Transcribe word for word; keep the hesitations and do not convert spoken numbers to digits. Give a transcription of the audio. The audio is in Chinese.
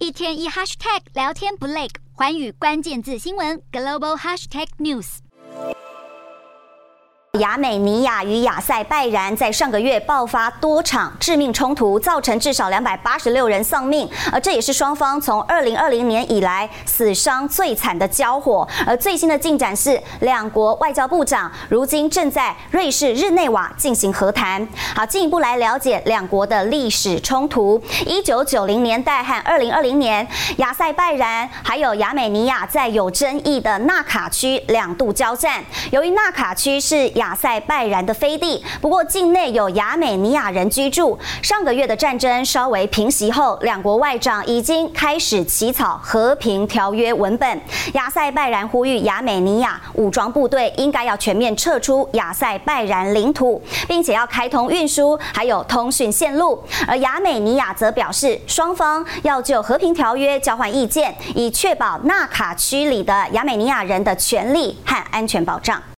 一天一 hashtag 聊天不累，寰宇关键字新闻 global hashtag news。 亚美尼亚与亚塞拜然在上个月爆发多场致命冲突，造成至少两百八十六人丧命，而这也是双方从二零二零年以来死伤最惨的交火。而最新的进展是，两国外交部长如今正在瑞士日内瓦进行和谈。好，进一步来了解两国的历史冲突。一九九零年代和二零二零年，亚塞拜然还有亚美尼亚在有争议的纳卡区两度交战。由于纳卡区是亚亚塞拜然的飞地，不过境内有亚美尼亚人居住。上个月的战争稍微平息后，两国外长已经开始起草和平条约文本。亚塞拜然呼吁亚美尼亚武装部队应该要全面撤出亚塞拜然领土，并且要开通运输还有通讯线路。而亚美尼亚则表示，双方要就和平条约交换意见，以确保纳卡区里的亚美尼亚人的权利和安全保障。